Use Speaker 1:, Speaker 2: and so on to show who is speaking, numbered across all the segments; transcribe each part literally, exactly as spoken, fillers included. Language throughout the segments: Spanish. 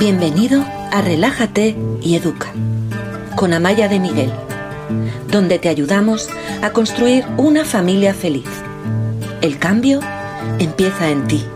Speaker 1: Bienvenido a Relájate y Educa, con Amaya de Miguel, donde te ayudamos a construir una familia feliz. El cambio empieza en ti.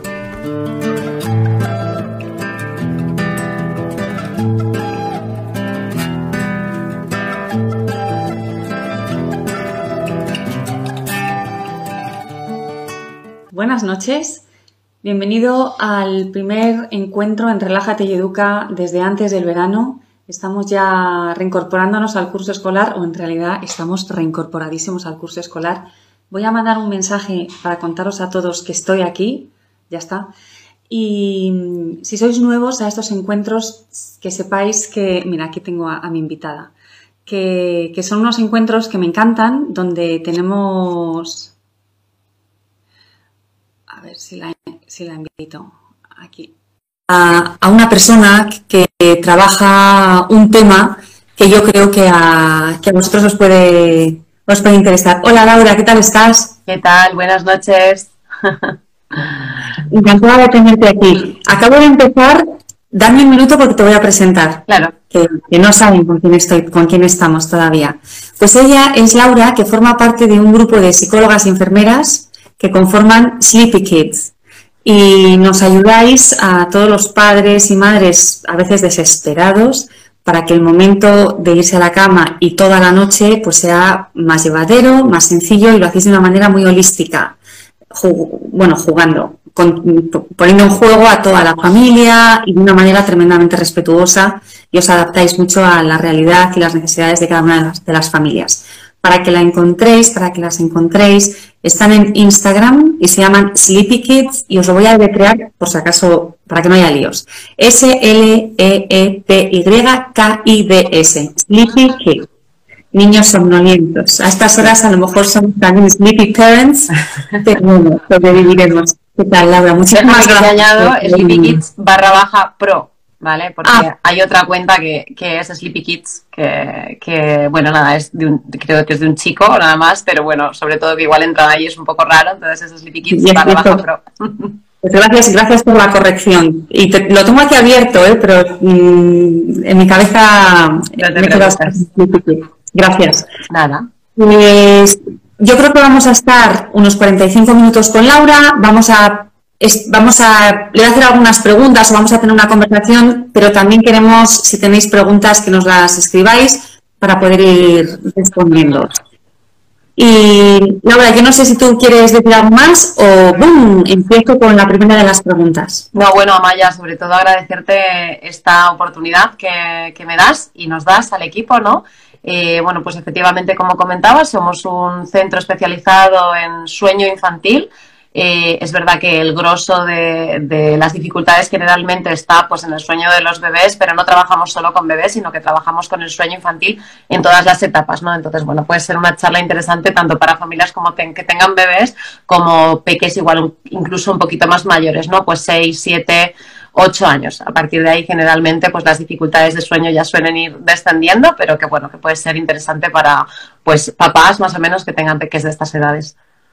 Speaker 2: Buenas noches. Bienvenido al primer encuentro en Relájate y Educa desde antes del verano. Estamos ya reincorporándonos al curso escolar, o en realidad estamos reincorporadísimos al curso escolar. Voy a mandar un mensaje para contaros a todos que estoy aquí, ya está. Y si sois nuevos a estos encuentros, que sepáis que, mira, aquí tengo a, a mi invitada, que, que son unos encuentros que me encantan, donde tenemos... A ver si la, si la invito aquí. A, a una persona que trabaja un tema que yo creo que a, que a vosotros os puede, os puede interesar. Hola Laura, ¿qué tal estás?
Speaker 3: ¿Qué tal? Buenas noches.
Speaker 2: Encantada de tenerte aquí. Acabo de empezar, dame un minuto porque te voy a presentar.
Speaker 3: Claro.
Speaker 2: Que, que no saben con quién estoy, con quién estamos todavía. Pues ella es Laura, que forma parte de un grupo de psicólogas y enfermeras que conforman Sleepy Kids, y nos ayudáis a todos los padres y madres a veces desesperados para que el momento de irse a la cama y toda la noche pues sea más llevadero, más sencillo, y lo hacéis de una manera muy holística, Jug- bueno, jugando, con, poniendo en juego a toda la familia y de una manera tremendamente respetuosa, y os adaptáis mucho a la realidad y las necesidades de cada una de las, de las familias. Para que la encontréis, para que las encontréis, están en Instagram y se llaman Sleepy Kids, y os lo voy a deletrear por si acaso, para que no haya líos. S L E E P Y K I D S, Sleepy Kids, niños somnolientos. A estas horas a lo mejor son también Sleepy Parents, pero bueno, sobreviviremos. ¿Qué tal, Laura? Muchísimas gracias.
Speaker 3: añado Sleepy Kids barra baja pro, ¿vale? Porque ah. hay otra cuenta que, que es Sleepy Kids, que, que, bueno, nada, es de un, creo que es de un chico nada más, pero bueno, sobre todo que igual entrar ahí es un poco raro, entonces es Sleepy Kids barra baja pro.
Speaker 2: Pues gracias, gracias por la corrección. Y te, lo tengo aquí abierto, ¿eh? Pero mmm, en mi cabeza
Speaker 3: no te
Speaker 2: me he quedado Sleepy Kids. Gracias.
Speaker 3: Nada.
Speaker 2: Pues yo creo que vamos a estar unos cuarenta y cinco minutos con Laura, vamos a Es, vamos a, le voy a hacer algunas preguntas o vamos a tener una conversación, pero también queremos, si tenéis preguntas, que nos las escribáis para poder ir respondiendo. Y Laura, yo no sé si tú quieres decir algo más o ¡bum! Empiezo con la primera de las preguntas.
Speaker 3: No, bueno, Amaya, sobre todo agradecerte esta oportunidad que, que me das y nos das al equipo, ¿no? Eh, bueno, pues efectivamente, como comentabas, somos un centro especializado en sueño infantil. Eh, es verdad que el grosso de, de las dificultades generalmente está pues en el sueño de los bebés, pero no trabajamos solo con bebés, sino que trabajamos con el sueño infantil en todas las etapas, ¿no? Entonces, bueno, puede ser una charla interesante tanto para familias como ten, que tengan bebés, como peques igual un, incluso un poquito más mayores, ¿no? Pues seis, siete, ocho años. A partir de ahí, generalmente, pues las dificultades de sueño ya suelen ir descendiendo, pero que bueno, que puede ser interesante para pues papás más o menos que tengan peques de estas edades.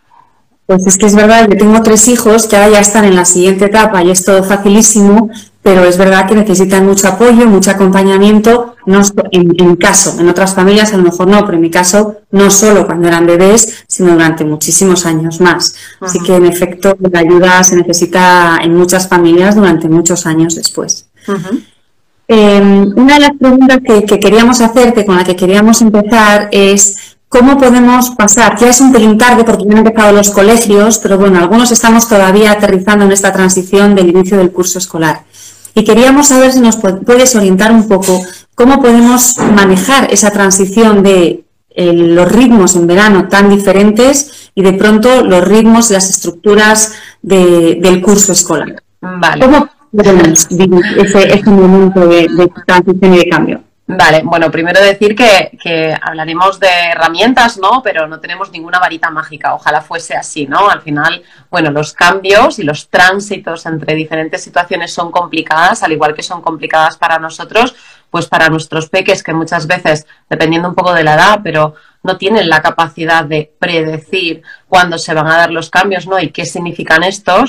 Speaker 2: Pues es que es verdad, yo tengo tres hijos que ahora ya están en la siguiente etapa y es todo facilísimo, pero es verdad que necesitan mucho apoyo, mucho acompañamiento, no en, en mi caso, en otras familias a lo mejor no, pero en mi caso no solo cuando eran bebés, sino durante muchísimos años más. Uh-huh. Así que en efecto la ayuda se necesita en muchas familias durante muchos años después. Uh-huh. Eh, una de las preguntas que, que queríamos hacerte, con la que queríamos empezar, es ¿cómo podemos pasar? Ya es un pelín tarde porque ya han empezado los colegios, pero bueno, algunos estamos todavía aterrizando en esta transición del inicio del curso escolar. Y queríamos saber si nos puedes orientar un poco cómo podemos manejar esa transición de eh, los ritmos en verano tan diferentes y de pronto los ritmos y las estructuras de, del curso escolar.
Speaker 3: Vale.
Speaker 2: ¿Cómo podemos vivir ese, ese momento de, de transición y de cambio?
Speaker 3: Vale, bueno, primero decir que, que hablaremos de herramientas, ¿no? Pero no tenemos ninguna varita mágica, ojalá fuese así, ¿no? Al final, bueno, los cambios y los tránsitos entre diferentes situaciones son complicadas, al igual que son complicadas para nosotros, pues para nuestros peques, que muchas veces, dependiendo un poco de la edad, pero no tienen la capacidad de predecir cuándo se van a dar los cambios, ¿no? Y qué significan estos.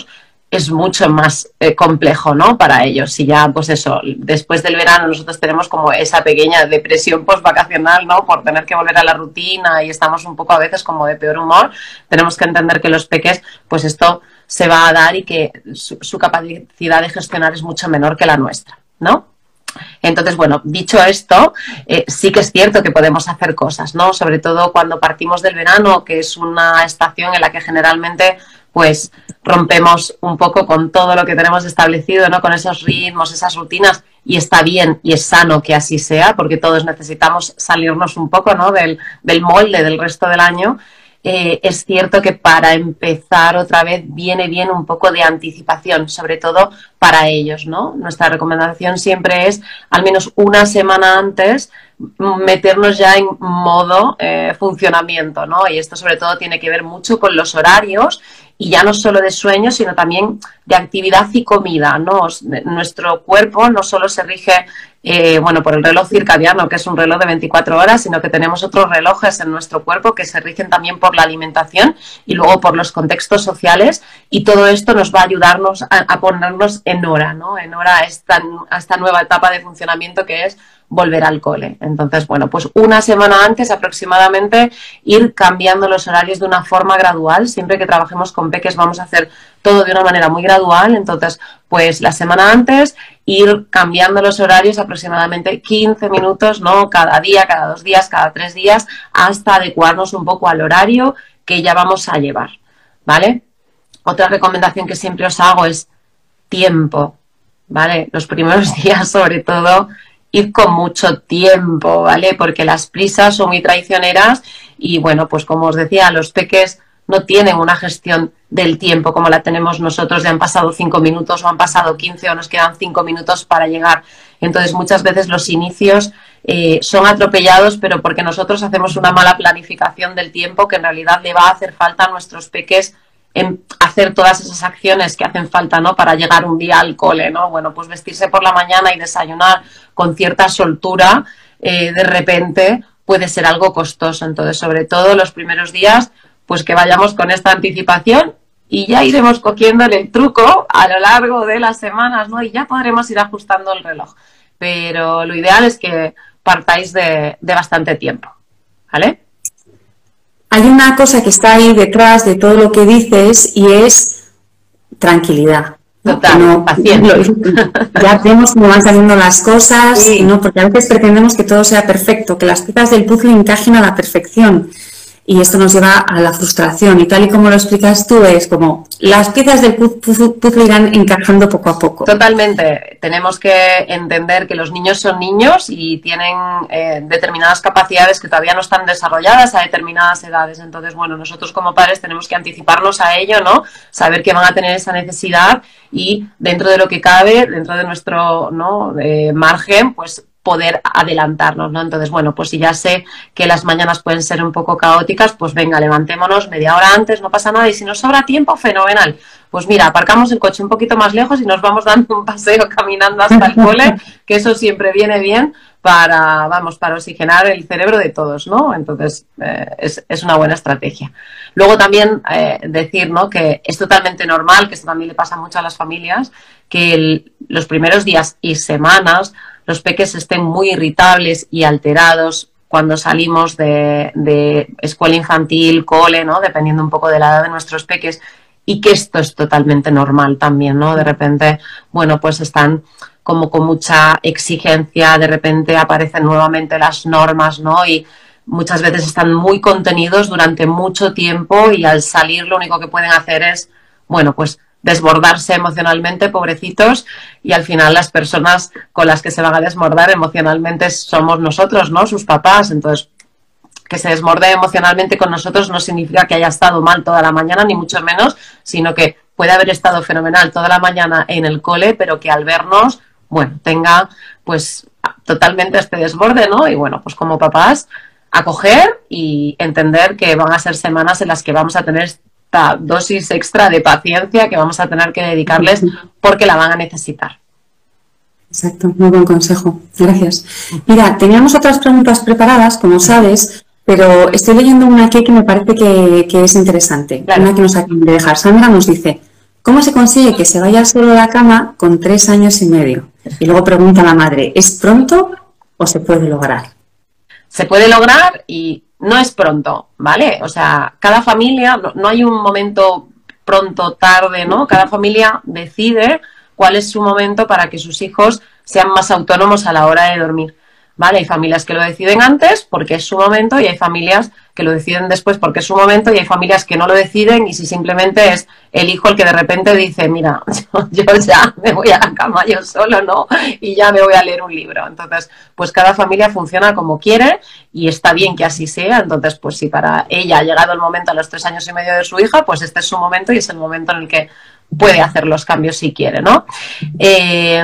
Speaker 3: es mucho más eh, complejo, ¿no? Para ellos. Y ya, pues eso, después del verano nosotros tenemos como esa pequeña depresión postvacacional, ¿no? Por tener que volver a la rutina y estamos un poco a veces como de peor humor. Tenemos que entender que los peques, pues esto se va a dar y que su, su capacidad de gestionar es mucho menor que la nuestra, ¿no? Entonces, bueno, dicho esto, eh, sí que es cierto que podemos hacer cosas, ¿no? Sobre todo cuando partimos del verano, que es una estación en la que generalmente pues rompemos un poco con todo lo que tenemos establecido, ¿no? Con esos ritmos, esas rutinas, y está bien y es sano que así sea, porque todos necesitamos salirnos un poco, ¿no? del, del molde del resto del año. Eh, es cierto que para empezar otra vez viene bien un poco de anticipación, sobre todo para ellos, ¿no? Nuestra recomendación siempre es, al menos una semana antes, meternos ya en modo eh, funcionamiento, ¿no? Y esto sobre todo tiene que ver mucho con los horarios, y ya no solo de sueño, sino también de actividad y comida, ¿no? Nuestro cuerpo no solo se rige eh, bueno, por el reloj circadiano, que es un reloj de veinticuatro horas, sino que tenemos otros relojes en nuestro cuerpo que se rigen también por la alimentación y luego por los contextos sociales, y todo esto nos va a ayudarnos a, a ponernos en hora, ¿no? En hora a esta, a esta nueva etapa de funcionamiento que es volver al cole. Entonces, bueno, pues una semana antes aproximadamente ir cambiando los horarios de una forma gradual. Siempre que trabajemos con peques vamos a hacer todo de una manera muy gradual. Entonces, pues la semana antes ir cambiando los horarios aproximadamente quince minutos, ¿no? Cada día, cada dos días, cada tres días, hasta adecuarnos un poco al horario que ya vamos a llevar, ¿vale? Otra recomendación que siempre os hago es tiempo, ¿vale? Los primeros días, sobre todo, ir con mucho tiempo, ¿vale? Porque las prisas son muy traicioneras y, bueno, pues como os decía, los peques no tienen una gestión del tiempo como la tenemos nosotros, de han pasado cinco minutos o han pasado quince o nos quedan cinco minutos para llegar. Entonces, muchas veces los inicios eh, son atropellados, pero porque nosotros hacemos una mala planificación del tiempo que en realidad le va a hacer falta a nuestros peques en hacer todas esas acciones que hacen falta, ¿no? Para llegar un día al cole, ¿no? Bueno, pues vestirse por la mañana y desayunar con cierta soltura, eh, de repente puede ser algo costoso. Entonces, sobre todo los primeros días, pues que vayamos con esta anticipación y ya iremos cogiéndole el truco a lo largo de las semanas, ¿no? Y ya podremos ir ajustando el reloj. Pero lo ideal es que partáis de, de bastante tiempo, ¿vale?
Speaker 2: Hay una cosa que está ahí detrás de todo lo que dices y es tranquilidad.
Speaker 3: Total, no, paciencia.
Speaker 2: Ya vemos cómo van saliendo las cosas, sí. ¿No? Porque a veces pretendemos que todo sea perfecto, que las piezas del puzzle encajen a la perfección. Y esto nos lleva a la frustración. Y tal y como lo explicas tú, es como las piezas del puzzle irán encajando poco a poco.
Speaker 3: Totalmente. Tenemos que entender que los niños son niños y tienen eh, determinadas capacidades que todavía no están desarrolladas a determinadas edades. Entonces, bueno, nosotros como padres tenemos que anticiparnos a ello, ¿no? Saber que van a tener esa necesidad y dentro de lo que cabe, dentro de nuestro, ¿no? eh, margen, pues poder adelantarnos, ¿no? Entonces, bueno, pues si ya sé que las mañanas pueden ser un poco caóticas, pues venga, levantémonos media hora antes, no pasa nada, y si nos sobra tiempo, fenomenal. Pues mira, aparcamos el coche un poquito más lejos y nos vamos dando un paseo caminando hasta el cole, que eso siempre viene bien para, vamos, para oxigenar el cerebro de todos, ¿no? Entonces, eh, es, es una buena estrategia. Luego también eh, decir, ¿no? Que es totalmente normal, que esto también le pasa mucho a las familias, que el, los primeros días y semanas los peques estén muy irritables y alterados cuando salimos de, de escuela infantil, cole, ¿no? Dependiendo un poco de la edad de nuestros peques, y que esto es totalmente normal también, ¿no? De repente, bueno, pues están como con mucha exigencia, de repente aparecen nuevamente las normas, ¿no? Y muchas veces están muy contenidos durante mucho tiempo y al salir lo único que pueden hacer es, bueno, pues desbordarse emocionalmente, pobrecitos, y al final las personas con las que se van a desbordar emocionalmente somos nosotros, ¿no? Sus papás. Entonces, que se desborde emocionalmente con nosotros no significa que haya estado mal toda la mañana, ni mucho menos, sino que puede haber estado fenomenal toda la mañana en el cole, pero que al vernos, bueno, tenga pues totalmente este desborde, ¿no? Y bueno, pues como papás, acoger y entender que van a ser semanas en las que vamos a tener esta dosis extra de paciencia que vamos a tener que dedicarles porque la van a necesitar.
Speaker 2: Exacto, muy buen consejo, gracias. Mira, teníamos otras preguntas preparadas, como sabes, pero estoy leyendo una aquí que me parece que, que es interesante, claro. Una que nos acaban de dejar. Sandra nos dice, ¿Cómo se consigue que se vaya solo a la cama con tres años y medio? Y luego pregunta la madre, ¿es pronto o se puede lograr?
Speaker 3: Se puede lograr y no es pronto, ¿vale? O sea, cada familia, no, no hay un momento pronto, tarde, ¿no? Cada familia decide cuál es su momento para que sus hijos sean más autónomos a la hora de dormir, ¿vale? Hay familias que lo deciden antes porque es su momento y hay familias que lo deciden después porque es su momento y hay familias que no lo deciden y si simplemente es el hijo el que de repente dice, mira, yo, yo ya me voy a la cama yo solo, ¿no? Y ya me voy a leer un libro. Entonces, pues cada familia funciona como quiere y está bien que así sea. Entonces, pues si para ella ha llegado el momento a los tres años y medio de su hija, pues este es su momento y es el momento en el que puede hacer los cambios si quiere, ¿no? Eh,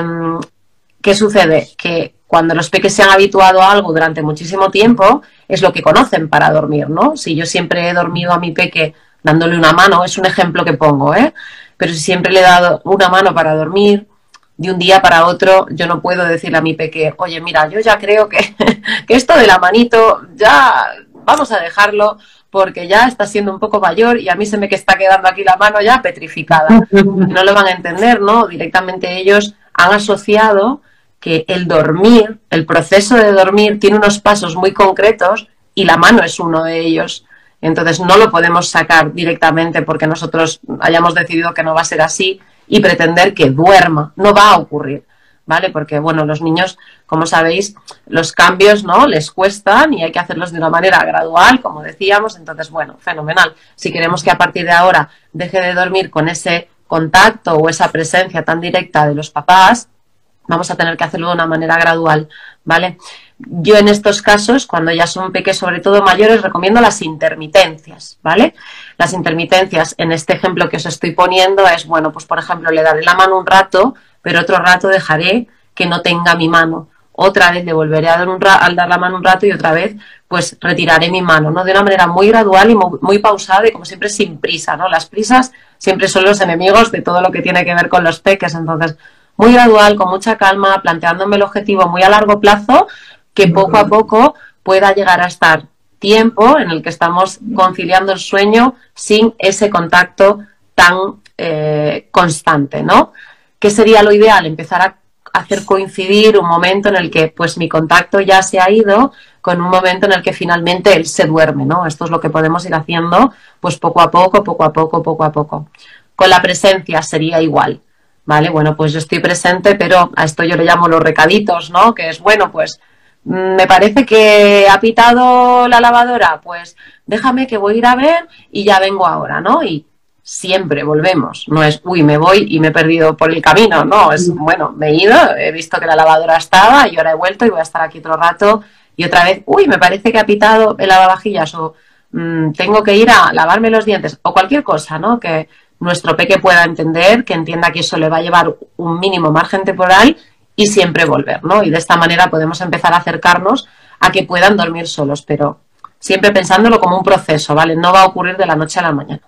Speaker 3: ¿Qué sucede? Que cuando los peques se han habituado a algo durante muchísimo tiempo, es lo que conocen para dormir, ¿no? Si yo siempre he dormido a mi peque dándole una mano, es un ejemplo que pongo, ¿eh? Pero si siempre le he dado una mano para dormir, de un día para otro, yo no puedo decirle a mi peque, oye, mira, yo ya creo que, que esto de la manito, ya vamos a dejarlo, porque ya está siendo un poco mayor y a mí se me que está quedando aquí la mano ya petrificada. No lo van a entender, ¿no? Directamente ellos han asociado que el dormir, el proceso de dormir tiene unos pasos muy concretos y la mano es uno de ellos. Entonces no lo podemos sacar directamente porque nosotros hayamos decidido que no va a ser así y pretender que duerma. No va a ocurrir, ¿vale? Porque, bueno, los niños, como sabéis, los cambios, ¿no? Les cuestan y hay que hacerlos de una manera gradual, como decíamos. Entonces, bueno, fenomenal. Si queremos que a partir de ahora deje de dormir con ese contacto o esa presencia tan directa de los papás, vamos a tener que hacerlo de una manera gradual, ¿vale? Yo en estos casos, cuando ya son peques, sobre todo mayores, recomiendo las intermitencias, ¿vale? Las intermitencias, en este ejemplo que os estoy poniendo, es, bueno, pues por ejemplo, le daré la mano un rato, pero otro rato dejaré que no tenga mi mano. Otra vez le volveré a dar, un ra al dar la mano un rato y otra vez, pues retiraré mi mano, ¿no? De una manera muy gradual y muy, muy pausada y como siempre sin prisa, ¿no? Las prisas siempre son los enemigos de todo lo que tiene que ver con los peques, entonces muy gradual, con mucha calma, planteándome el objetivo muy a largo plazo, que poco a poco pueda llegar a estar tiempo en el que estamos conciliando el sueño sin ese contacto tan eh, constante, ¿no? ¿Qué sería lo ideal? Empezar a hacer coincidir un momento en el que pues mi contacto ya se ha ido con un momento en el que finalmente él se duerme, ¿no? Esto es lo que podemos ir haciendo pues poco a poco, poco a poco, poco a poco. Con la presencia sería igual. Vale, bueno, pues yo estoy presente, pero a esto yo le llamo los recaditos, ¿no? Que es, bueno, pues me parece que ha pitado la lavadora, pues déjame que voy a ir a ver y ya vengo ahora, ¿no? Y siempre volvemos, no es, uy, me voy y me he perdido por el camino, no, es, bueno, me he ido, he visto que la lavadora estaba y ahora he vuelto y voy a estar aquí otro rato y otra vez, uy, me parece que ha pitado el lavavajillas o mmm, tengo que ir a lavarme los dientes o cualquier cosa, ¿no? Que nuestro peque pueda entender, que entienda que eso le va a llevar un mínimo margen temporal y siempre volver, ¿no? Y de esta manera podemos empezar a acercarnos a que puedan dormir solos, pero siempre pensándolo como un proceso, ¿vale? No va a ocurrir de la noche a la mañana.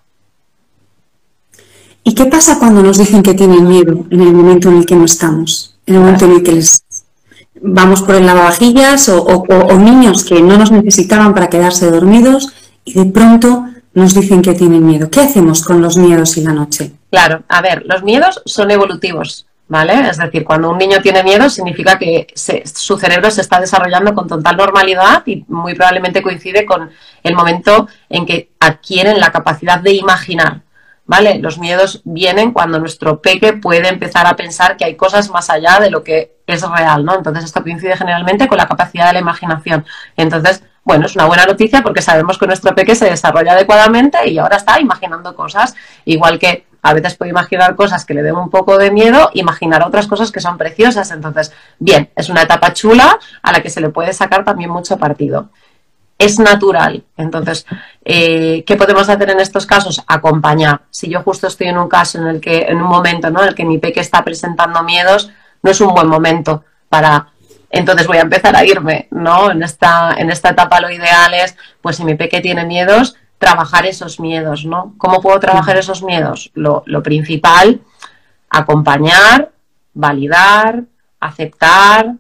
Speaker 2: ¿Y qué pasa cuando nos dicen que tienen miedo en el momento en el que no estamos? En el momento en el que les vamos por el lavavajillas o, o, o niños que no nos necesitaban para quedarse dormidos y de pronto nos dicen que tienen miedo. ¿Qué hacemos con los miedos y la noche?
Speaker 3: Claro, a ver, los miedos son evolutivos, ¿vale? Es decir, cuando un niño tiene miedo significa que se, su cerebro se está desarrollando con total normalidad y muy probablemente coincide con el momento en que adquieren la capacidad de imaginar, ¿vale? Los miedos vienen cuando nuestro peque puede empezar a pensar que hay cosas más allá de lo que es real, ¿no? Entonces esto coincide generalmente con la capacidad de la imaginación. Entonces, bueno, es una buena noticia porque sabemos que nuestro peque se desarrolla adecuadamente y ahora está imaginando cosas, igual que a veces puede imaginar cosas que le den un poco de miedo, imaginar otras cosas que son preciosas. Entonces, bien, es una etapa chula a la que se le puede sacar también mucho partido. Es natural. Entonces, eh, ¿qué podemos hacer en estos casos? Acompañar. Si yo justo estoy en un caso en el que, en un momento, ¿no?, en el que mi peque está presentando miedos, no es un buen momento para... Entonces voy a empezar a irme, ¿no? En esta, en esta etapa lo ideal es, pues si mi peque tiene miedos, trabajar esos miedos, ¿no? ¿Cómo puedo trabajar esos miedos? Lo, lo principal, acompañar, validar, aceptar,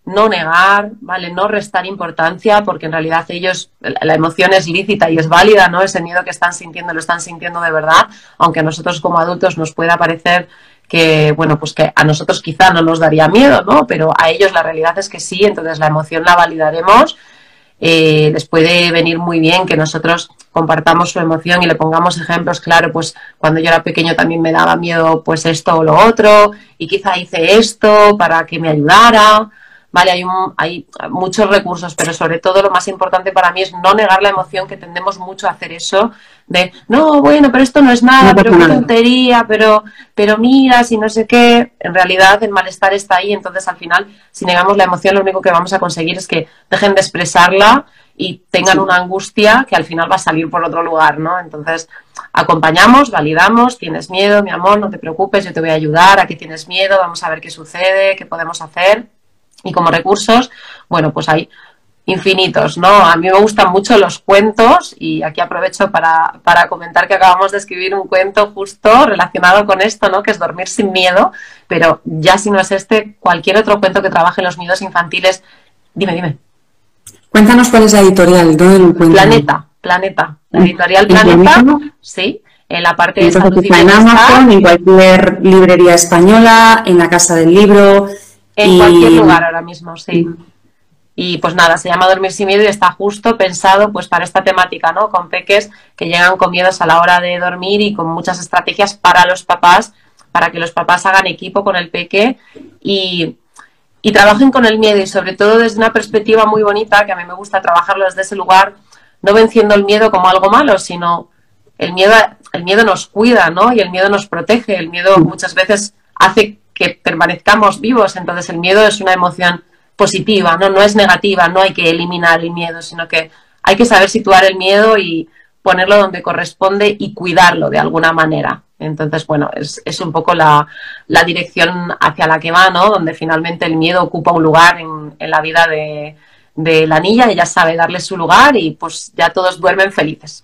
Speaker 3: no negar, ¿vale? No restar importancia, porque en realidad ellos, la emoción es lícita y es válida, ¿no? Ese miedo que están sintiendo, lo están sintiendo de verdad, aunque a nosotros como adultos nos pueda parecer que, bueno, pues que a nosotros quizá no nos daría miedo, ¿no? Pero a ellos la realidad es que sí, entonces la emoción la validaremos. Eh, les puede venir muy bien que nosotros compartamos su emoción y le pongamos ejemplos. Claro, pues cuando yo era pequeño también me daba miedo pues esto o lo otro, y quizá hice esto para que me ayudara. Vale, hay, un, hay muchos recursos, pero sobre todo lo más importante para mí es no negar la emoción, que tendemos mucho a hacer eso de, no, bueno, pero esto no es nada, pero qué tontería, pero, pero mira, si no sé qué. En realidad el malestar está ahí, entonces al final, si negamos la emoción, lo único que vamos a conseguir es que dejen de expresarla y tengan una angustia que al final va a salir por otro lugar, ¿no? Entonces, acompañamos, validamos, tienes miedo, mi amor, no te preocupes, yo te voy a ayudar, ¿a qué tienes miedo? Vamos a ver qué sucede, qué podemos hacer. Y como recursos, bueno, pues hay infinitos, ¿no? A mí me gustan mucho los cuentos, y aquí aprovecho para, para comentar que acabamos de escribir un cuento justo relacionado con esto, ¿no? Que es Dormir sin miedo, pero ya si no es este, cualquier otro cuento que trabaje en los miedos infantiles. Dime, dime.
Speaker 2: Cuéntanos cuál es la editorial, ¿dónde lo encuentran?
Speaker 3: Planeta, Planeta. La editorial Planeta, sí, en la parte de salud y
Speaker 2: bienestar. En Amazon, en cualquier librería española, en la Casa del Libro.
Speaker 3: En
Speaker 2: y...
Speaker 3: cualquier lugar ahora mismo, sí. Y pues nada, se llama Dormir sin miedo y está justo pensado pues para esta temática, ¿no? Con peques que llegan con miedos a la hora de dormir, y con muchas estrategias para los papás, para que los papás hagan equipo con el peque y, y trabajen con el miedo, y sobre todo desde una perspectiva muy bonita, que a mí me gusta trabajarlo desde ese lugar, no venciendo el miedo como algo malo, sino el miedo, el miedo nos cuida, ¿no? Y el miedo nos protege, el miedo muchas veces hace que permanezcamos vivos, entonces el miedo es una emoción positiva, ¿no? No es negativa, no hay que eliminar el miedo, sino que hay que saber situar el miedo y ponerlo donde corresponde y cuidarlo de alguna manera. Entonces, bueno, es, es un poco la, la dirección hacia la que va, ¿no? Donde finalmente el miedo ocupa un lugar en, en la vida de, de la niña, ella sabe darle su lugar y pues ya todos duermen felices.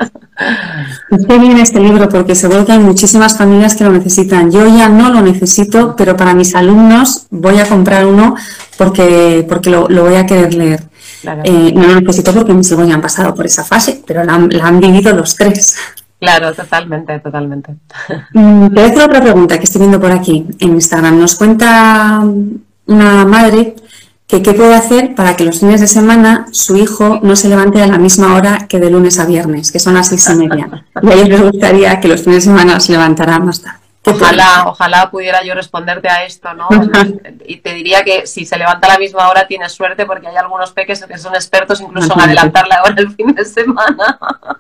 Speaker 2: Qué bien este libro, porque seguro que hay muchísimas familias que lo necesitan. Yo ya no lo necesito, pero para mis alumnos voy a comprar uno porque, porque lo, lo voy a querer leer. Claro. Eh, no lo necesito porque mis hijos ya han pasado por esa fase, pero la han, la han vivido los tres.
Speaker 3: Claro, totalmente, totalmente.
Speaker 2: Te voy a hacer otra pregunta que estoy viendo por aquí en Instagram. Nos cuenta una madre que qué puede hacer para que los fines de semana su hijo no se levante a la misma hora que de lunes a viernes, que son las seis y media. Y a ellos les gustaría que los fines de semana se levantara más tarde.
Speaker 3: Ojalá, ojalá pudiera yo responderte a esto, ¿no? Y te diría que si se levanta a la misma hora tienes suerte, porque hay algunos peques que son expertos incluso en adelantar la hora el fin de semana,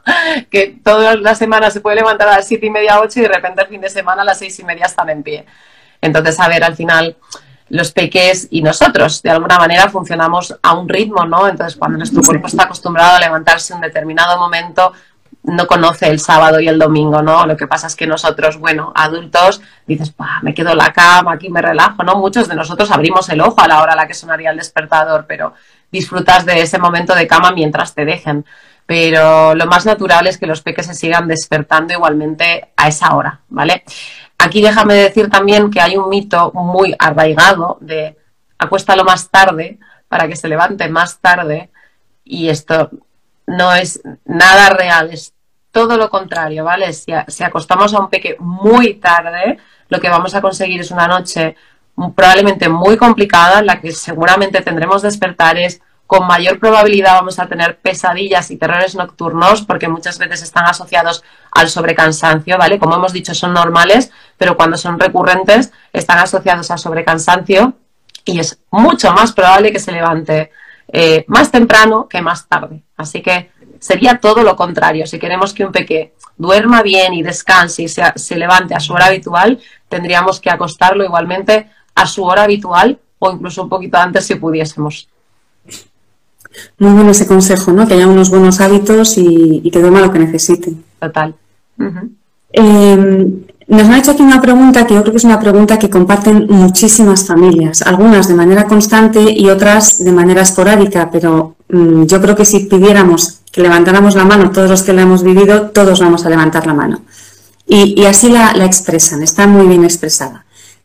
Speaker 3: que todas las semanas se puede levantar a las siete y media, ocho, y de repente el fin de semana a las seis y media están en pie. Entonces, a ver, al final los peques y nosotros de alguna manera funcionamos a un ritmo, ¿no? Entonces, cuando nuestro cuerpo está acostumbrado a levantarse en un determinado momento, no conoce el sábado y el domingo, ¿no? Lo que pasa es que nosotros, bueno, adultos, dices, bah, me quedo en la cama, aquí me relajo, ¿no? Muchos de nosotros abrimos el ojo a la hora a la que sonaría el despertador, pero disfrutas de ese momento de cama mientras te dejen. Pero lo más natural es que los peques se sigan despertando igualmente a esa hora, ¿vale? Aquí déjame decir también que hay un mito muy arraigado de acuéstalo más tarde para que se levante más tarde, y esto no es nada real, es todo lo contrario, ¿vale? Si, a, si acostamos a un peque muy tarde, lo que vamos a conseguir es una noche probablemente muy complicada, en la que seguramente tendremos despertares, con mayor probabilidad vamos a tener pesadillas y terrores nocturnos, porque muchas veces están asociados al sobrecansancio, ¿vale? Como hemos dicho, son normales, pero cuando son recurrentes están asociados al sobrecansancio, y es mucho más probable que se levante eh, más temprano que más tarde. Así que sería todo lo contrario. Si queremos que un peque duerma bien y descanse y se, se levante a su hora habitual, tendríamos que acostarlo igualmente a su hora habitual, o incluso un poquito antes si pudiésemos.
Speaker 2: Muy bueno ese consejo, ¿no? Que haya unos buenos hábitos y, y que duerma lo que necesite.
Speaker 3: Total. Uh-huh.
Speaker 2: eh, nos han hecho aquí una pregunta que yo creo que es una pregunta que comparten muchísimas familias, algunas de manera constante y otras de manera esporádica, pero mmm, yo creo que si pidiéramos que levantáramos la mano todos los que la hemos vivido, todos vamos a levantar la mano. Y, y así la, la expresan, está muy bien expresada.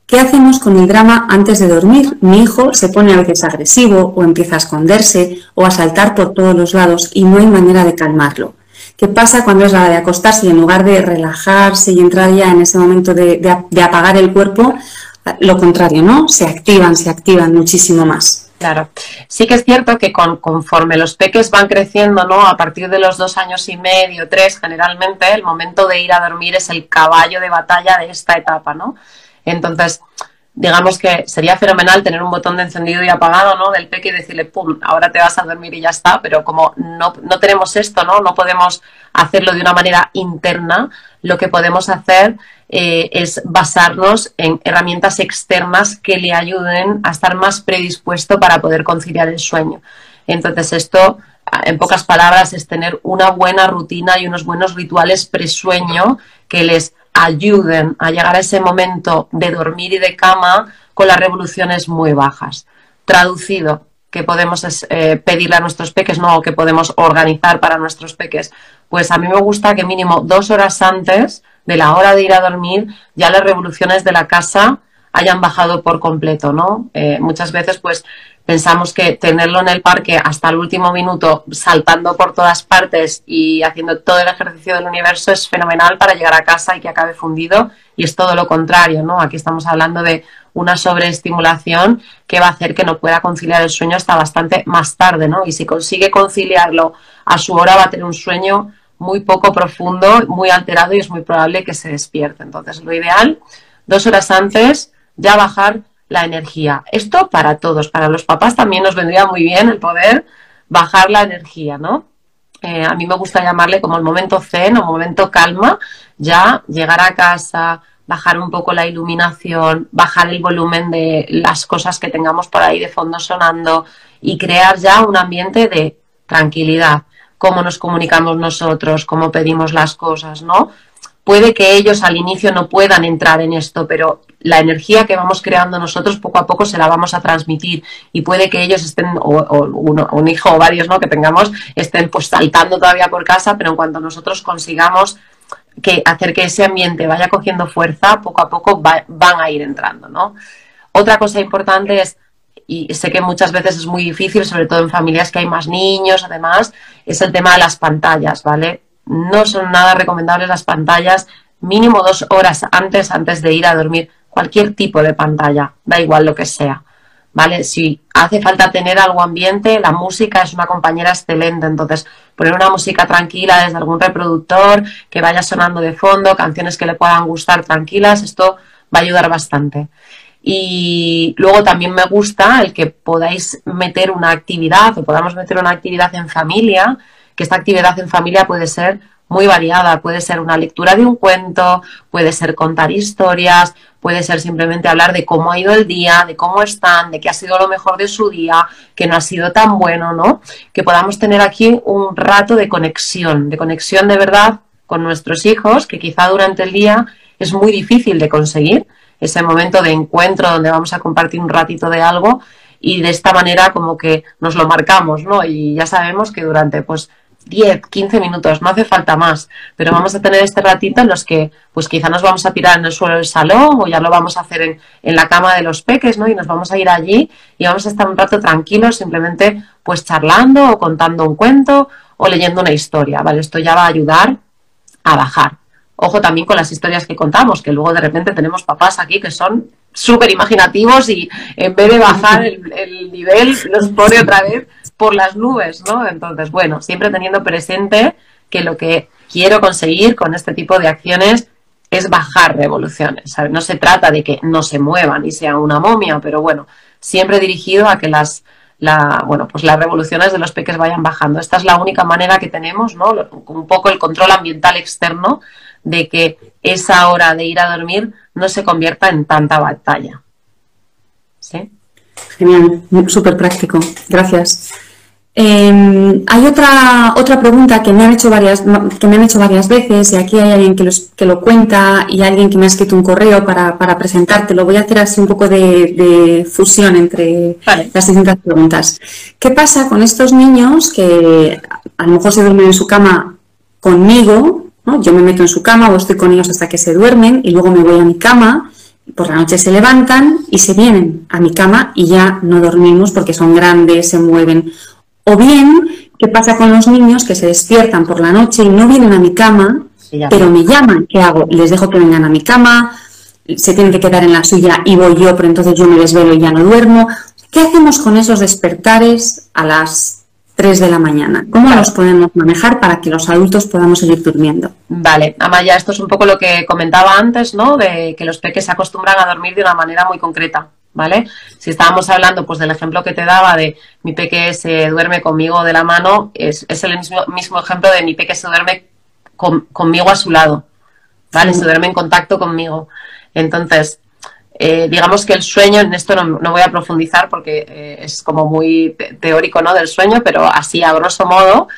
Speaker 2: ¿Qué hacemos con el drama antes de dormir? Mi hijo se pone a veces agresivo o empieza a esconderse o a saltar por todos los lados y no hay manera de calmarlo. ¿Qué pasa cuando es la hora de acostarse y en lugar de relajarse y entrar ya en ese momento de, de, de apagar el cuerpo, lo contrario, ¿no? Se activan, se activan muchísimo más.
Speaker 3: Claro, sí que es cierto que con, conforme los peques van creciendo, ¿no? A partir de los dos años y medio, tres, generalmente el momento de ir a dormir es el caballo de batalla de esta etapa, ¿no? Entonces, digamos que sería fenomenal tener un botón de encendido y apagado, ¿no? Del peque y decirle, pum, ahora te vas a dormir y ya está, pero como no, no tenemos esto, ¿no? No podemos hacerlo de una manera interna, lo que podemos hacer eh, es basarnos en herramientas externas que le ayuden a estar más predispuesto para poder conciliar el sueño. Entonces esto, en pocas palabras, es tener una buena rutina y unos buenos rituales presueño que les ayuden a llegar a ese momento de dormir y de cama con las revoluciones muy bajas. Traducido, que podemos eh, pedirle a nuestros peques, no, o que podemos organizar para nuestros peques. Pues a mí me gusta que mínimo dos horas antes de la hora de ir a dormir ya las revoluciones de la casa hayan bajado por completo, ¿no? Eh, muchas veces pues pensamos que tenerlo en el parque hasta el último minuto saltando por todas partes y haciendo todo el ejercicio del universo es fenomenal para llegar a casa y que acabe fundido, y es todo lo contrario, ¿no? Aquí estamos hablando de una sobreestimulación que va a hacer que no pueda conciliar el sueño hasta bastante más tarde, ¿no? Y si consigue conciliarlo a su hora va a tener un sueño muy poco profundo, muy alterado y es muy probable que se despierte. Entonces lo ideal, dos horas antes, ya bajar la energía. Esto para todos, para los papás también nos vendría muy bien el poder bajar la energía, ¿no? Eh, a mí me gusta llamarle como el momento zen o momento calma, ya llegar a casa, bajar un poco la iluminación, bajar el volumen de las cosas que tengamos por ahí de fondo sonando y crear ya un ambiente de tranquilidad, cómo nos comunicamos nosotros, cómo pedimos las cosas, ¿no? Puede que ellos al inicio no puedan entrar en esto, pero la energía que vamos creando nosotros poco a poco se la vamos a transmitir y puede que ellos estén, o, o uno, un hijo o varios, ¿no? Que tengamos, estén pues saltando todavía por casa, pero en cuanto nosotros consigamos que hacer que ese ambiente vaya cogiendo fuerza, poco a poco va, van a ir entrando, ¿no? Otra cosa importante es, y sé que muchas veces es muy difícil, sobre todo en familias que hay más niños, además, es el tema de las pantallas, ¿vale? No son nada recomendables las pantallas, mínimo dos horas antes, antes de ir a dormir, cualquier tipo de pantalla, da igual lo que sea, ¿vale? Si hace falta tener algo ambiente, la música es una compañera excelente, entonces poner una música tranquila desde algún reproductor, que vaya sonando de fondo, canciones que le puedan gustar tranquilas, esto va a ayudar bastante. Y luego también me gusta el que podáis meter una actividad o podamos meter una actividad en familia, que esta actividad en familia puede ser muy variada, puede ser una lectura de un cuento, puede ser contar historias, puede ser simplemente hablar de cómo ha ido el día, de cómo están, de qué ha sido lo mejor de su día, que no ha sido tan bueno, ¿no? Que podamos tener aquí un rato de conexión, de conexión de verdad con nuestros hijos, que quizá durante el día es muy difícil de conseguir, ese momento de encuentro donde vamos a compartir un ratito de algo y de esta manera como que nos lo marcamos, ¿no? Y ya sabemos que durante pues diez, quince minutos, no hace falta más, pero vamos a tener este ratito en los que pues quizá nos vamos a tirar en el suelo del salón o ya lo vamos a hacer en, en la cama de los peques, ¿no? Y nos vamos a ir allí y vamos a estar un rato tranquilos simplemente pues charlando o contando un cuento o leyendo una historia, ¿vale? Esto ya va a ayudar a bajar. Ojo también con las historias que contamos, que luego de repente tenemos papás aquí que son súper imaginativos y en vez de bajar el, el nivel los pone otra vez por las nubes, ¿no? Entonces, bueno, siempre teniendo presente que lo que quiero conseguir con este tipo de acciones es bajar revoluciones, ¿sabes? No se trata de que no se muevan y sea una momia, pero bueno, siempre dirigido a que las, la, bueno, pues las revoluciones de los peques vayan bajando. Esta es la única manera que tenemos, ¿no? Un poco el control ambiental externo de que esa hora de ir a dormir no se convierta en tanta batalla. ¿Sí?
Speaker 2: Genial, súper práctico, gracias. Eh, hay otra otra pregunta que me han hecho varias que me han hecho varias veces y aquí hay alguien que, los, que lo cuenta y alguien que me ha escrito un correo para, para presentártelo. Voy a hacer así un poco de, de fusión entre vale. las distintas preguntas. ¿Qué pasa con estos niños que a lo mejor se duermen en su cama conmigo, ¿no? Yo me meto en su cama o estoy con ellos hasta que se duermen y luego me voy a mi cama por la noche se levantan y se vienen a mi cama y ya no dormimos porque son grandes, se mueven. O bien, ¿qué pasa con los niños que se despiertan por la noche y no vienen a mi cama, pero me llaman? ¿Qué hago? Les dejo que vengan a mi cama, se tienen que quedar en la suya y voy yo, pero entonces yo me desvelo y ya no duermo. ¿Qué hacemos con esos despertares a las tres de la mañana? ¿Cómo claro. los podemos manejar para que los adultos podamos seguir durmiendo?
Speaker 3: Vale, Amaya, esto es un poco lo que comentaba antes, ¿no? De que los peques se acostumbran a dormir de una manera muy concreta, ¿vale? Si estábamos hablando, pues, del ejemplo que te daba de mi peque se duerme conmigo de la mano, es, es el mismo, mismo ejemplo de mi peque se duerme con, conmigo a su lado, ¿vale? Sí. Se duerme en contacto conmigo. Entonces, Eh, digamos que el sueño, en esto no, no voy a profundizar porque eh, es como muy te teórico, ¿no?, del sueño, pero así a grosso modo,